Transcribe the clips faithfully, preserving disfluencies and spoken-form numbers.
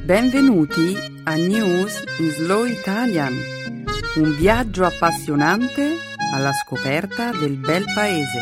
Benvenuti a News in Slow Italian, un viaggio appassionante alla scoperta del bel paese.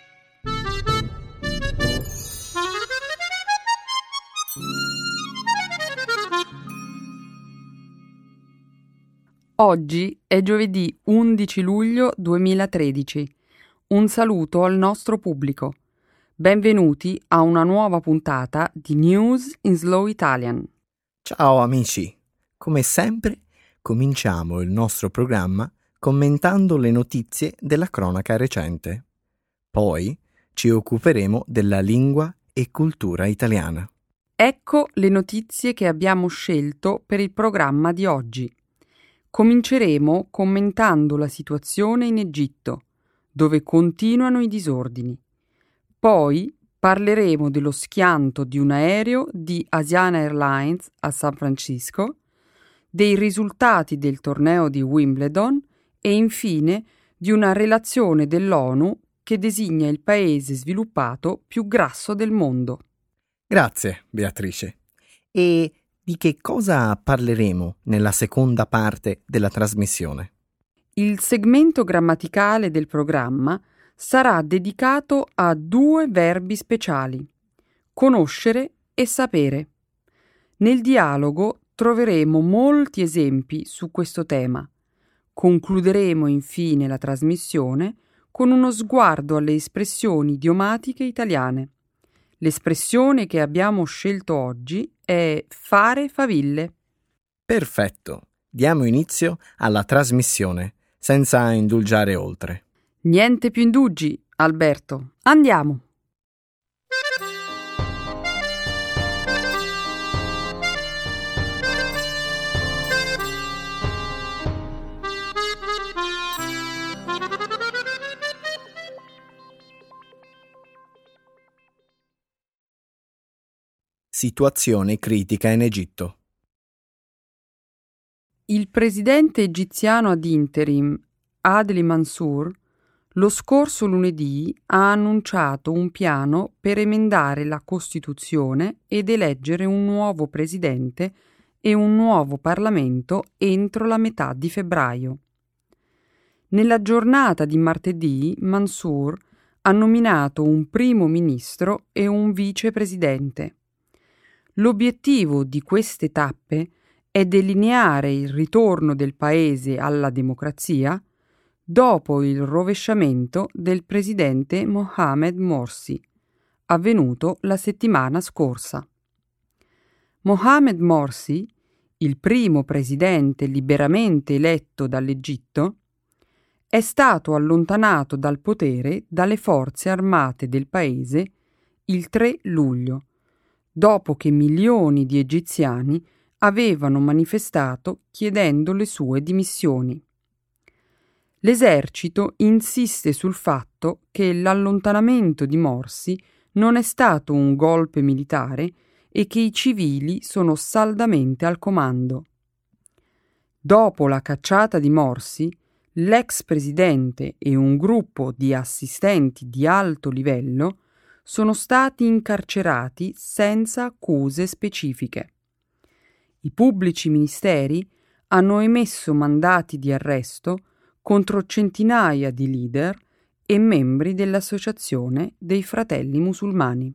Oggi è giovedì undici luglio duemilatredici. Un saluto al nostro pubblico. Benvenuti a una nuova puntata di News in Slow Italian. Ciao amici, come sempre cominciamo il nostro programma commentando le notizie della cronaca recente. Poi ci occuperemo della lingua e cultura italiana. Ecco le notizie che abbiamo scelto per il programma di oggi. Cominceremo commentando la situazione in Egitto, dove continuano i disordini. Poi parleremo dello schianto di un aereo di Asiana Airlines a San Francisco, dei risultati del torneo di Wimbledon e infine di una relazione dell'ONU che designa il paese sviluppato più grasso del mondo. Grazie, Beatrice. E di che cosa parleremo nella seconda parte della trasmissione? Il segmento grammaticale del programma sarà dedicato a due verbi speciali: conoscere e sapere. Nel dialogo troveremo molti esempi su questo tema. Concluderemo infine la trasmissione con uno sguardo alle espressioni idiomatiche italiane. L'espressione che abbiamo scelto oggi è fare faville. Perfetto, diamo inizio alla trasmissione, senza indugiare oltre. Niente più indugi, Alberto. Andiamo. Situazione critica in Egitto. Il presidente egiziano ad interim, Adli Mansour, lo scorso lunedì ha annunciato un piano per emendare la Costituzione ed eleggere un nuovo presidente e un nuovo Parlamento entro la metà di febbraio. Nella giornata di martedì, Mansour ha nominato un primo ministro e un vicepresidente. L'obiettivo di queste tappe è delineare il ritorno del paese alla democrazia dopo il rovesciamento del presidente Mohamed Morsi, avvenuto la settimana scorsa. Mohamed Morsi, il primo presidente liberamente eletto dall'Egitto, è stato allontanato dal potere dalle forze armate del paese il tre luglio, dopo che milioni di egiziani avevano manifestato chiedendo le sue dimissioni. L'esercito insiste sul fatto che l'allontanamento di Morsi non è stato un golpe militare e che i civili sono saldamente al comando. Dopo la cacciata di Morsi, l'ex presidente e un gruppo di assistenti di alto livello sono stati incarcerati senza accuse specifiche. I pubblici ministeri hanno emesso mandati di arresto contro centinaia di leader e membri dell'Associazione dei Fratelli Musulmani.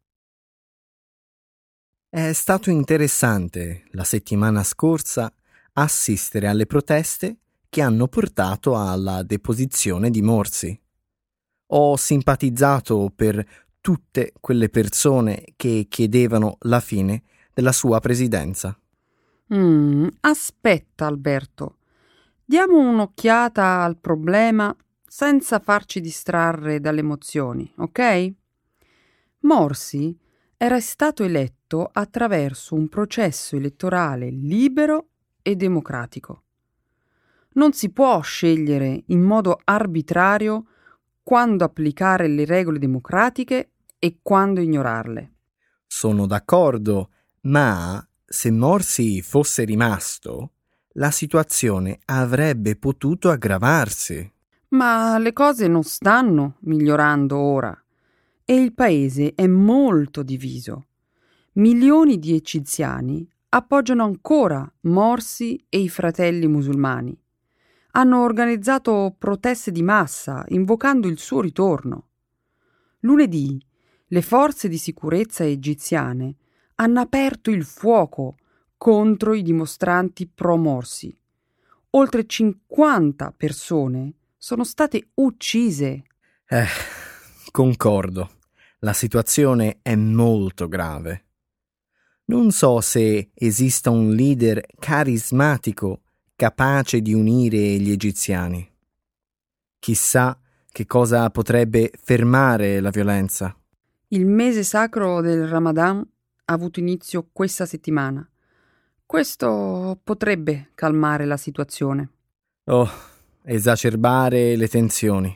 È stato interessante la settimana scorsa assistere alle proteste che hanno portato alla deposizione di Morsi. Ho simpatizzato per tutte quelle persone che chiedevano la fine della sua presidenza. Mm, aspetta, Alberto. Diamo un'occhiata al problema senza farci distrarre dalle emozioni, ok? Morsi era stato eletto attraverso un processo elettorale libero e democratico. Non si può scegliere in modo arbitrario quando applicare le regole democratiche e quando ignorarle. Sono d'accordo, ma se Morsi fosse rimasto, la situazione avrebbe potuto aggravarsi. Ma le cose non stanno migliorando ora e il paese è molto diviso. Milioni di egiziani appoggiano ancora Morsi e i fratelli musulmani. Hanno organizzato proteste di massa invocando il suo ritorno. Lunedì le forze di sicurezza egiziane hanno aperto il fuoco contro i dimostranti pro-Morsi. Oltre cinquanta persone sono state uccise. Eh, concordo. La situazione è molto grave. Non so se esista un leader carismatico capace di unire gli egiziani. Chissà che cosa potrebbe fermare la violenza. Il mese sacro del Ramadan ha avuto inizio questa settimana. Questo potrebbe calmare la situazione. Oh, esacerbare le tensioni.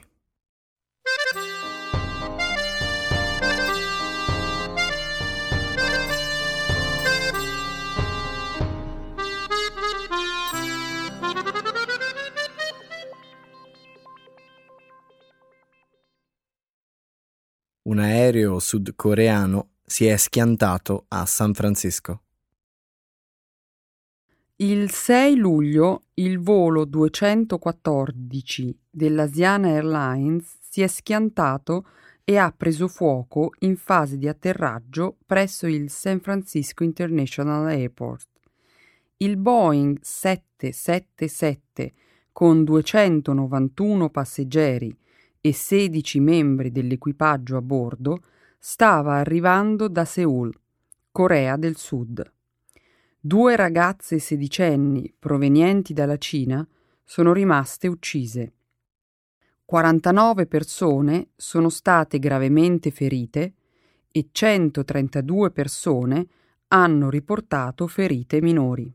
Un aereo sudcoreano si è schiantato a San Francisco. Il sei luglio il volo duecentoquattordici dell'Asiana Airlines si è schiantato e ha preso fuoco in fase di atterraggio presso il San Francisco International Airport. Il Boeing sette sette sette con duecentonovantuno passeggeri e sedici membri dell'equipaggio a bordo stava arrivando da Seul, Corea del Sud. Due ragazze sedicenni provenienti dalla Cina sono rimaste uccise. quarantanove persone sono state gravemente ferite e centotrentadue persone hanno riportato ferite minori.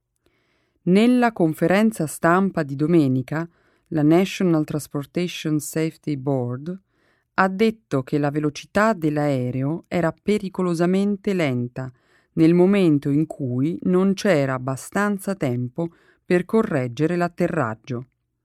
Nella conferenza stampa di domenica, la National Transportation Safety Board ha detto che la velocità dell'aereo era pericolosamente lenta nel momento in cui non c'era abbastanza tempo per correggere l'atterraggio.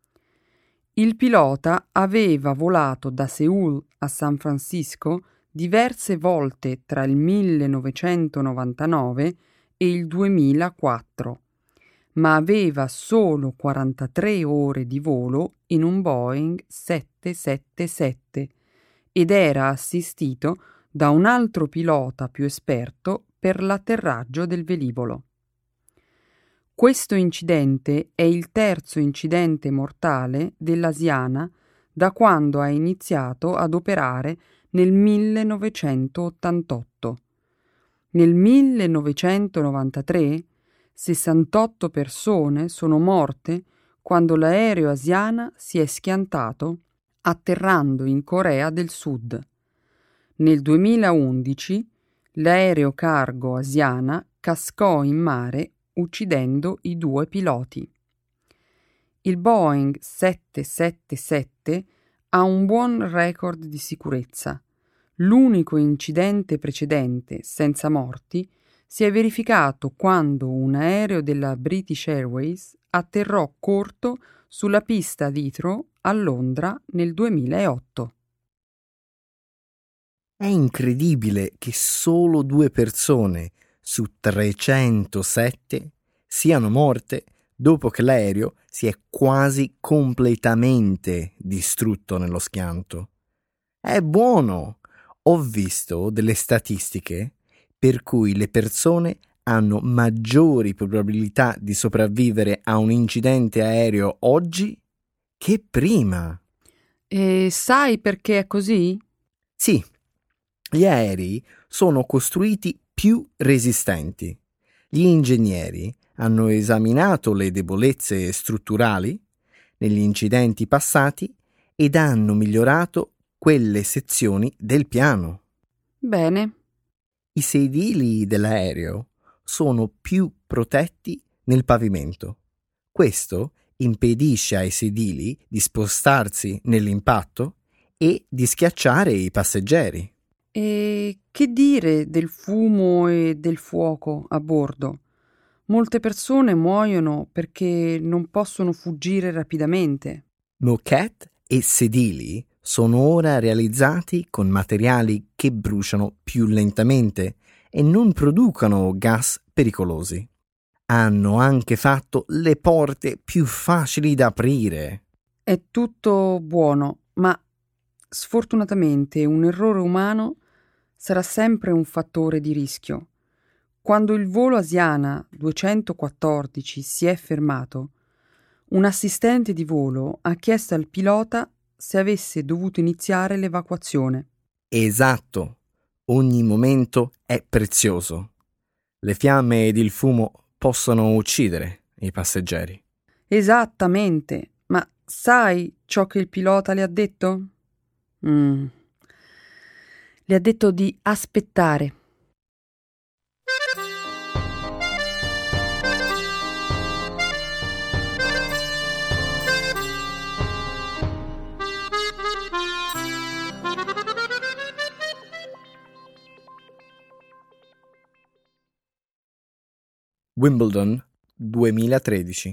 Il pilota aveva volato da Seul a San Francisco diverse volte tra il millenovecentonovantanove e il duemilaquattro, ma aveva solo quarantatré ore di volo in un Boeing sette sette sette ed era assistito da un altro pilota più esperto per l'atterraggio del velivolo. Questo incidente è il terzo incidente mortale dell'Asiana da quando ha iniziato ad operare nel millenovecentottantotto. Nel millenovecentonovantatré sessantotto persone sono morte quando l'aereo Asiana si è schiantato atterrando in Corea del Sud. Nel duemilaundici l'aereo cargo Asiana cascò in mare uccidendo i due piloti. Il Boeing sette sette sette ha un buon record di sicurezza. L'unico incidente precedente senza morti si è verificato quando un aereo della British Airways atterrò corto sulla pista di Heathrow a Londra nel duemilaotto. È incredibile che solo due persone su trecentosette siano morte dopo che l'aereo si è quasi completamente distrutto nello schianto. È buono! Ho visto delle statistiche per cui le persone hanno maggiori probabilità di sopravvivere a un incidente aereo oggi che prima. E sai perché è così? Sì, gli aerei sono costruiti più resistenti. Gli ingegneri hanno esaminato le debolezze strutturali negli incidenti passati ed hanno migliorato quelle sezioni del piano. Bene. I sedili dell'aereo sono più protetti nel pavimento. Questo impedisce ai sedili di spostarsi nell'impatto e di schiacciare i passeggeri. E che dire del fumo e del fuoco a bordo? Molte persone muoiono perché non possono fuggire rapidamente. Moquette e sedili sono ora realizzati con materiali che bruciano più lentamente e non producono gas pericolosi. hanno anche fatto le porte più facili da aprire. È tutto buono, ma sfortunatamente un errore umano sarà sempre un fattore di rischio. Quando il volo Asiana duecentoquattordici si è fermato, un assistente di volo ha chiesto al pilota se avesse dovuto iniziare l'evacuazione. Esatto, ogni momento è prezioso. Le fiamme ed il fumo possono uccidere i passeggeri. Esattamente, ma sai ciò che il pilota le ha detto? Mm. Le ha detto di aspettare. Wimbledon duemilatredici.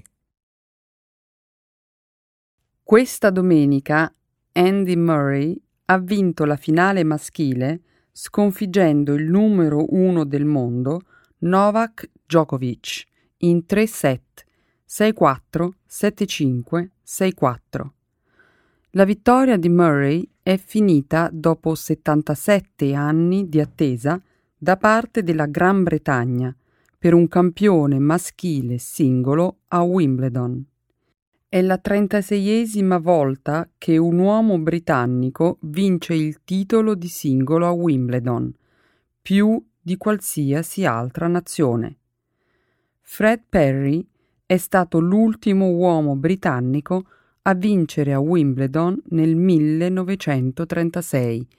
Questa domenica Andy Murray ha vinto la finale maschile sconfiggendo il numero uno del mondo Novak Djokovic in tre set, sei quattro, sette cinque, sei quattro. La vittoria di Murray è finita dopo settantasette anni di attesa da parte della Gran Bretagna per un campione maschile singolo a Wimbledon. È la trentaseiesima volta che un uomo britannico vince il titolo di singolo a Wimbledon, più di qualsiasi altra nazione. Fred Perry è stato l'ultimo uomo britannico a vincere a Wimbledon nel millenovecentotrentasei.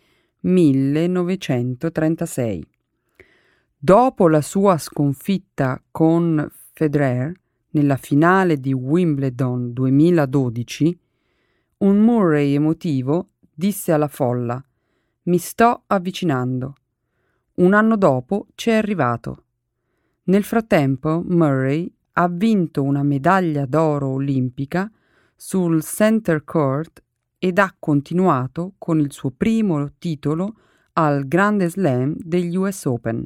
millenovecentotrentasei. Dopo la sua sconfitta con Federer nella finale di Wimbledon duemiladodici, un Murray emotivo disse alla folla: «Mi sto avvicinando». Un anno dopo ci è arrivato. Nel frattempo Murray ha vinto una medaglia d'oro olimpica sul Center Court ed ha continuato con il suo primo titolo al Grande Slam degli U S Open.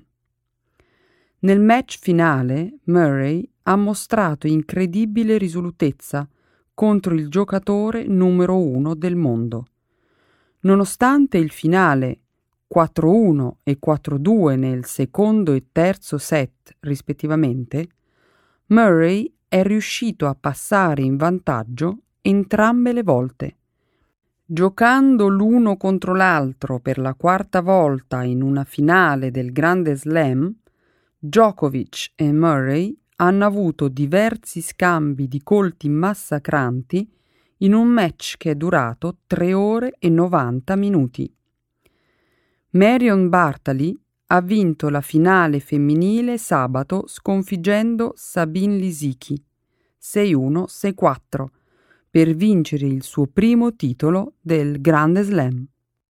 Nel match finale Murray ha mostrato incredibile risolutezza contro il giocatore numero uno del mondo. Nonostante il finale quattro uno e quattro due nel secondo e terzo set rispettivamente, Murray è riuscito a passare in vantaggio entrambe le volte. Giocando l'uno contro l'altro per la quarta volta in una finale del Grande Slam, Djokovic e Murray hanno avuto diversi scambi di colpi massacranti in un match che è durato tre ore e novanta minuti. Marion Bartali ha vinto la finale femminile sabato sconfiggendo Sabine Lisicki sei uno sei quattro per vincere il suo primo titolo del Grande Slam.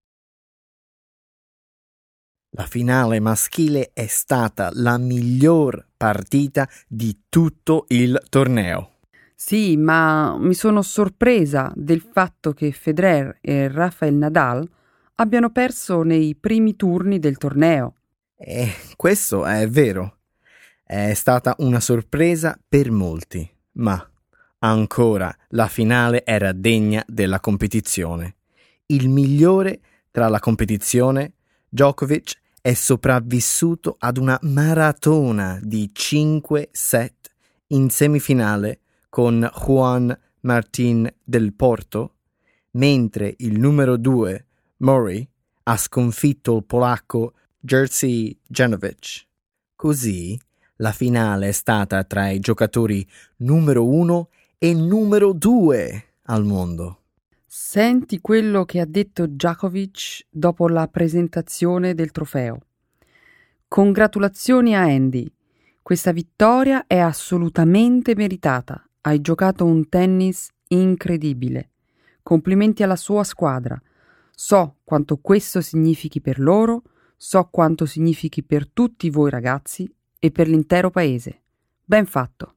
La finale maschile è stata la miglior partita di tutto il torneo. Sì, ma mi sono sorpresa del fatto che Federer e Rafael Nadal abbiano perso nei primi turni del torneo. E questo è vero. È stata una sorpresa per molti, ma ancora la finale era degna della competizione. Il migliore tra la competizione, Djokovic, è sopravvissuto ad una maratona di cinque set in semifinale con Juan Martín del Porto, mentre il numero due, Murray, ha sconfitto il polacco Jerzy Janowicz. Così la finale è stata tra i giocatori numero uno e numero due al mondo. Senti quello che ha detto Djokovic dopo la presentazione del trofeo. Congratulazioni a Andy. Questa vittoria è assolutamente meritata. Hai giocato un tennis incredibile. Complimenti alla sua squadra. So quanto questo significhi per loro, so quanto significhi per tutti voi ragazzi e per l'intero paese. Ben fatto.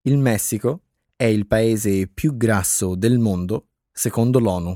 Il Messico è il paese più grasso del mondo, secondo l'ONU.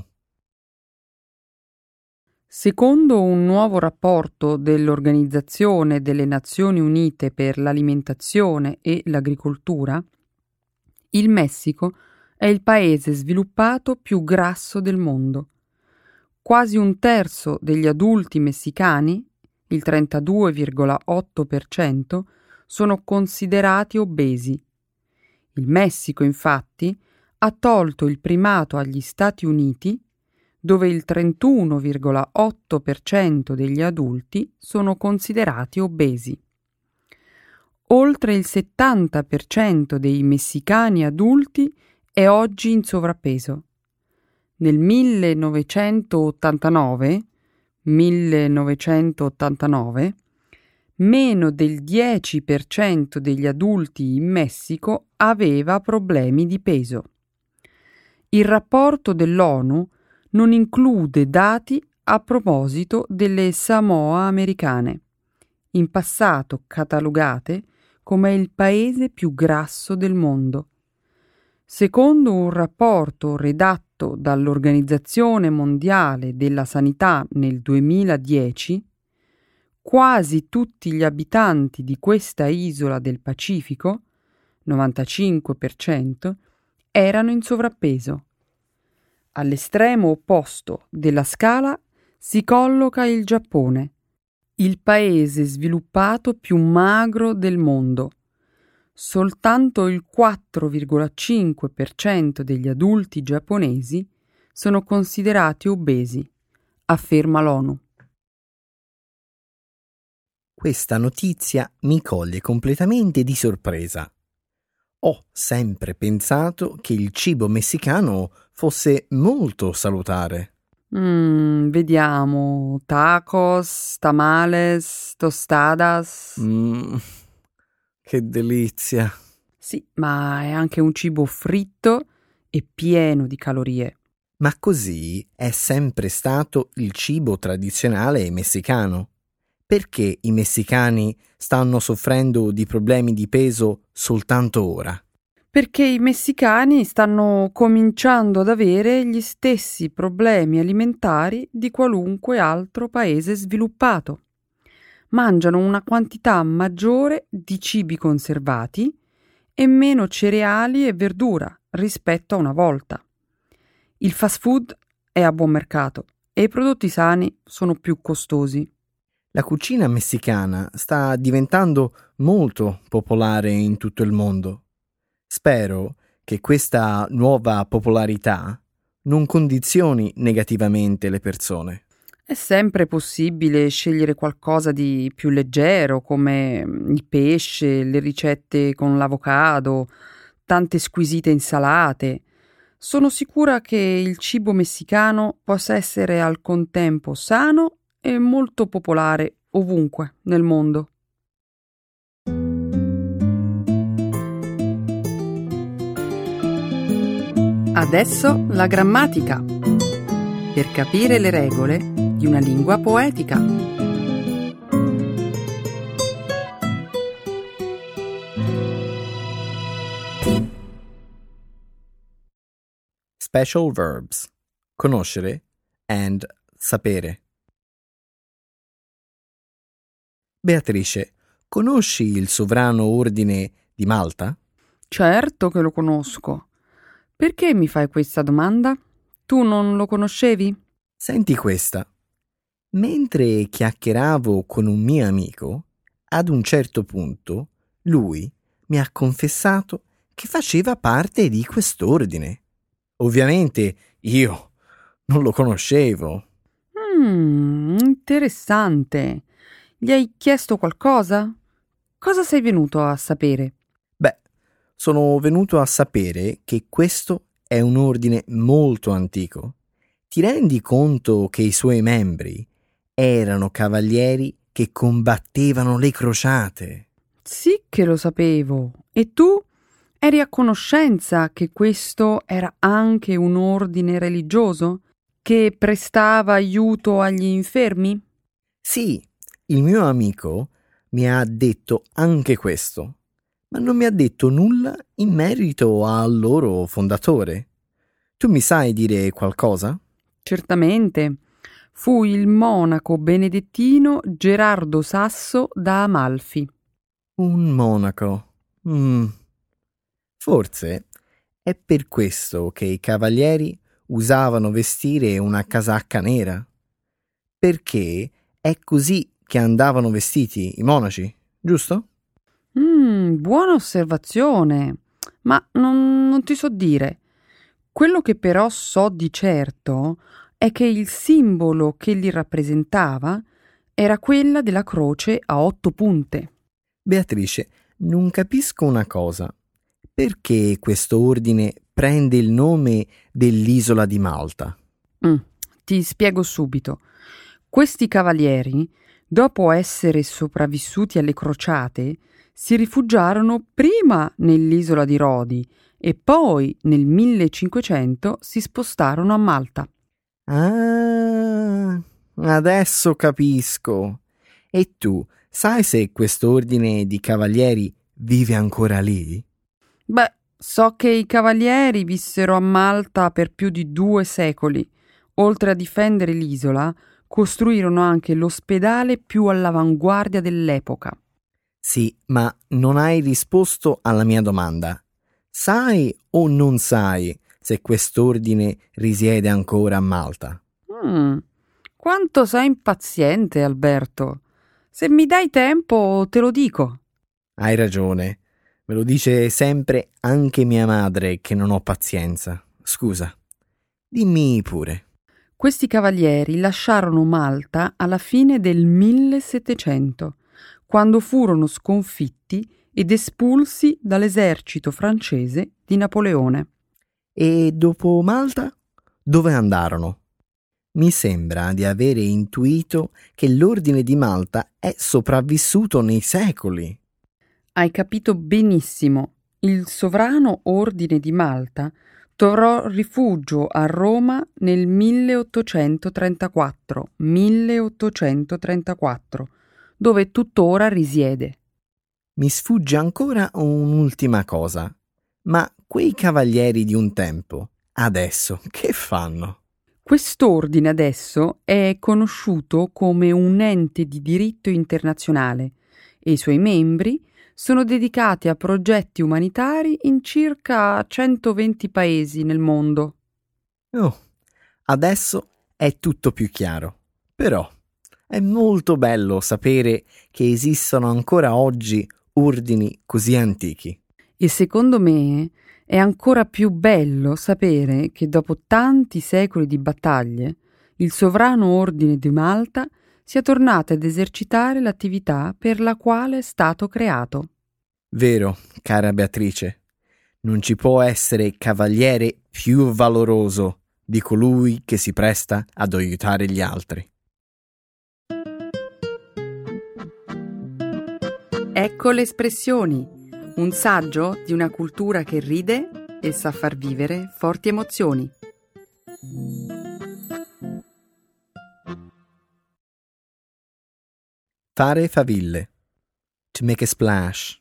Secondo un nuovo rapporto dell'Organizzazione delle Nazioni Unite per l'Alimentazione e l'Agricoltura, il Messico è il paese sviluppato più grasso del mondo. Quasi un terzo degli adulti messicani, il trentadue virgola otto per cento, sono considerati obesi. Il Messico, infatti, ha tolto il primato agli Stati Uniti, dove il trentuno virgola otto per cento degli adulti sono considerati obesi. Oltre il settanta per cento dei messicani adulti è oggi in sovrappeso. Nel millenovecentottantanove, millenovecentottantanove, meno del dieci per cento degli adulti in Messico aveva problemi di peso. Il rapporto dell'ONU non include dati a proposito delle Samoa americane, in passato catalogate come il paese più grasso del mondo. Secondo un rapporto redatto dall'Organizzazione Mondiale della Sanità nel duemiladieci, quasi tutti gli abitanti di questa isola del Pacifico, novantacinque per cento, erano in sovrappeso. All'estremo opposto della scala si colloca il Giappone, il paese sviluppato più magro del mondo. Soltanto il quattro virgola cinque per cento degli adulti giapponesi sono considerati obesi, afferma l'ONU. Questa notizia mi coglie completamente di sorpresa. Ho sempre pensato che il cibo messicano fosse molto salutare. Mm, vediamo. Tacos, tamales, tostadas. Mm, che delizia. Sì, ma è anche un cibo fritto e pieno di calorie. Ma così è sempre stato il cibo tradizionale messicano. Perché i messicani stanno soffrendo di problemi di peso soltanto ora? Perché i messicani stanno cominciando ad avere gli stessi problemi alimentari di qualunque altro paese sviluppato. Mangiano una quantità maggiore di cibi conservati e meno cereali e verdura rispetto a una volta. Il fast food è a buon mercato e i prodotti sani sono più costosi. La cucina messicana sta diventando molto popolare in tutto il mondo. Spero che questa nuova popolarità non condizioni negativamente le persone. È sempre possibile scegliere qualcosa di più leggero, come il pesce, le ricette con l'avocado, tante squisite insalate. Sono sicura che il cibo messicano possa essere al contempo sano e molto popolare ovunque nel mondo. Adesso la grammatica, per capire le regole di una lingua poetica. Special verbs: conoscere and sapere. Beatrice, conosci il sovrano ordine di Malta? Certo che lo conosco. Perché mi fai questa domanda? Tu non lo conoscevi? Senti questa. Mentre chiacchieravo con un mio amico, ad un certo punto lui mi ha confessato che faceva parte di quest'ordine. Ovviamente io non lo conoscevo. Mm, interessante. Gli hai chiesto qualcosa? Cosa sei venuto a sapere? Beh, sono venuto a sapere che questo è un ordine molto antico. Ti rendi conto che i suoi membri erano cavalieri che combattevano le crociate? Sì che lo sapevo. E tu? Eri a conoscenza che questo era anche un ordine religioso? Che prestava aiuto agli infermi? Sì, il mio amico mi ha detto anche questo, ma non mi ha detto nulla in merito al loro fondatore. Tu mi sai dire qualcosa? Certamente. Fu il monaco benedettino Gerardo Sasso da Amalfi. Un monaco. Mm. Forse è per questo che i cavalieri usavano vestire una casacca nera. Perché è così che andavano vestiti i monaci, giusto? Mm, buona osservazione, ma non, non ti so dire. Quello che però so di certo è che il simbolo che li rappresentava era quella della croce a otto punte. Beatrice, non capisco una cosa. Perché questo ordine prende il nome dell'isola di Malta? Mm, ti spiego subito. Questi cavalieri, dopo essere sopravvissuti alle crociate, si rifugiarono prima nell'isola di Rodi e poi nel millecinquecento si spostarono a Malta. Ah, adesso capisco. E tu sai se quest'ordine di cavalieri vive ancora lì? Beh, so che i cavalieri vissero a Malta per più di due secoli. Oltre a difendere l'isola, costruirono anche l'ospedale più all'avanguardia dell'epoca. Sì, ma non hai risposto alla mia domanda. Sai o non sai se quest'ordine risiede ancora a Malta? Mm, quanto sei impaziente, Alberto. Se mi dai tempo, te lo dico. Hai ragione. Me lo dice sempre anche mia madre che non ho pazienza. Scusa, dimmi pure. Questi cavalieri lasciarono Malta alla fine del millesettecento, quando furono sconfitti ed espulsi dall'esercito francese di Napoleone. E dopo Malta? Dove andarono? Mi sembra di avere intuito che l'ordine di Malta è sopravvissuto nei secoli. Hai capito benissimo. Il sovrano ordine di Malta trovò rifugio a Roma nel milleottocentotrentaquattro, milleottocentotrentaquattro, dove tuttora risiede. Mi sfugge ancora un'ultima cosa. Ma quei cavalieri di un tempo, adesso, che fanno? Quest'ordine adesso è conosciuto come un ente di diritto internazionale e i suoi membri sono dedicati a progetti umanitari in circa centoventi paesi nel mondo. Oh, adesso è tutto più chiaro. Però è molto bello sapere che esistono ancora oggi ordini così antichi. E secondo me è ancora più bello sapere che dopo tanti secoli di battaglie il sovrano ordine di Malta sia tornato ad esercitare l'attività per la quale è stato creato. Vero, cara Beatrice, non ci può essere cavaliere più valoroso di colui che si presta ad aiutare gli altri. Ecco le espressioni, un saggio di una cultura che ride e sa far vivere forti emozioni. Fare faville. To make a splash.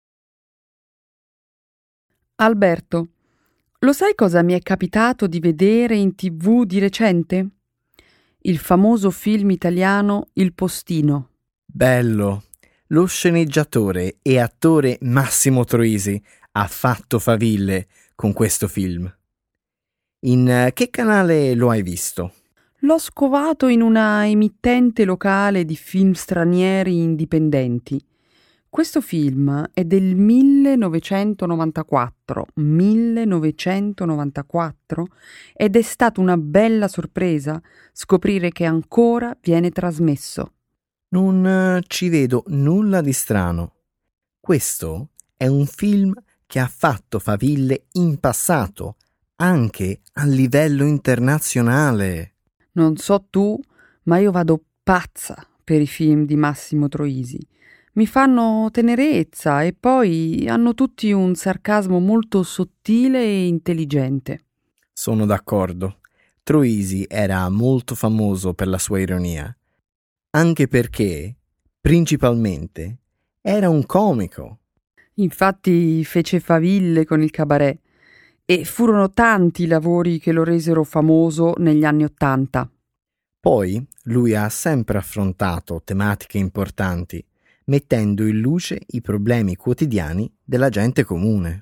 Alberto, lo sai cosa mi è capitato di vedere in tivù di recente? Il famoso film italiano Il Postino. Bello. Lo sceneggiatore e attore Massimo Troisi ha fatto faville con questo film. In che canale lo hai visto? L'ho scovato in una emittente locale di film stranieri indipendenti. Questo film è del millenovecentonovantaquattro, millenovecentonovantaquattro, ed è stata una bella sorpresa scoprire che ancora viene trasmesso. Non eh, ci vedo nulla di strano. Questo è un film che ha fatto faville in passato, anche a livello internazionale. Non so tu, ma io vado pazza per i film di Massimo Troisi. Mi fanno tenerezza e poi hanno tutti un sarcasmo molto sottile e intelligente. Sono d'accordo. Troisi era molto famoso per la sua ironia, anche perché, principalmente, era un comico. Infatti fece faville con il cabaret e furono tanti i lavori che lo resero famoso negli anni Ottanta. Poi lui ha sempre affrontato tematiche importanti, mettendo in luce i problemi quotidiani della gente comune.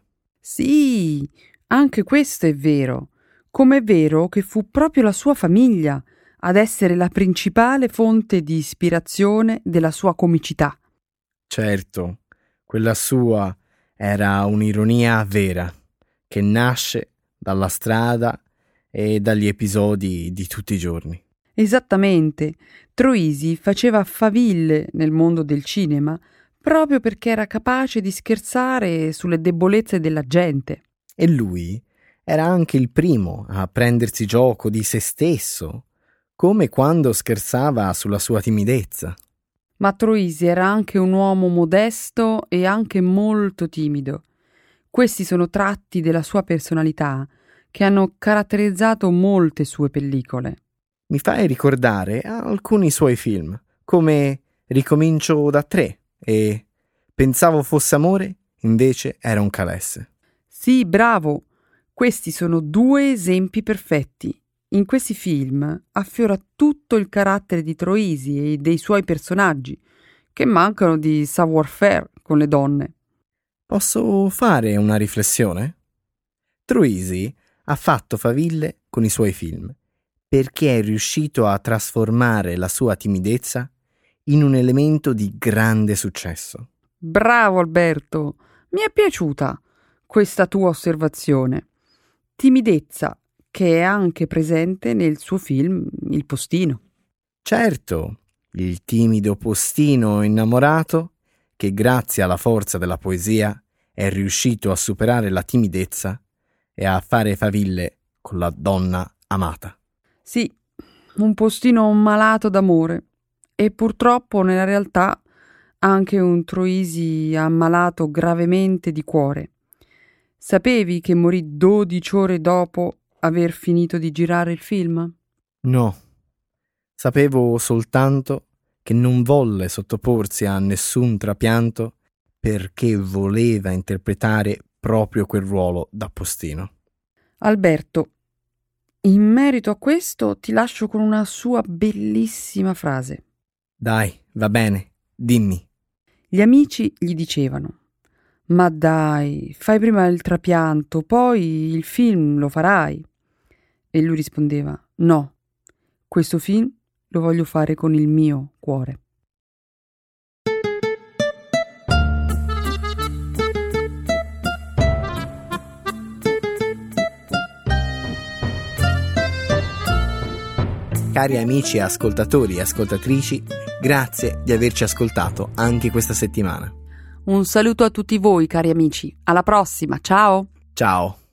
Sì, anche questo è vero. Com'è vero che fu proprio la sua famiglia ad essere la principale fonte di ispirazione della sua comicità. Certo, quella sua era un'ironia vera, che nasce dalla strada e dagli episodi di tutti i giorni. Esattamente, Troisi faceva faville nel mondo del cinema proprio perché era capace di scherzare sulle debolezze della gente. E lui era anche il primo a prendersi gioco di se stesso, come quando scherzava sulla sua timidezza. Ma Troisi era anche un uomo modesto e anche molto timido. Questi sono tratti della sua personalità che hanno caratterizzato molte sue pellicole. Mi fai ricordare alcuni suoi film, come Ricomincio da tre e Pensavo fosse amore, invece era un calesse. Sì, bravo! Questi sono due esempi perfetti. In questi film affiora tutto il carattere di Troisi e dei suoi personaggi, che mancano di savoir-faire con le donne. Posso fare una riflessione? Troisi ha fatto faville con i suoi film perché è riuscito a trasformare la sua timidezza in un elemento di grande successo. Bravo Alberto! Mi è piaciuta questa tua osservazione. Timidezza che è anche presente nel suo film Il postino. Certo, il timido postino innamorato che grazie alla forza della poesia è riuscito a superare la timidezza e a fare faville con la donna amata. Sì, un postino malato d'amore e purtroppo nella realtà anche un Troisi ammalato gravemente di cuore. Sapevi che morì dodici ore dopo aver finito di girare il film? No, sapevo soltanto che non volle sottoporsi a nessun trapianto perché voleva interpretare proprio quel ruolo da postino. Alberto, in merito a questo ti lascio con una sua bellissima frase. Dai, va bene, dimmi. Gli amici gli dicevano: ma dai, fai prima il trapianto, poi il film lo farai. E lui rispondeva: no, questo film lo voglio fare con il mio cuore. Cari amici ascoltatori e ascoltatrici, grazie di averci ascoltato anche questa settimana. Un saluto a tutti voi, cari amici. Alla prossima, ciao! Ciao!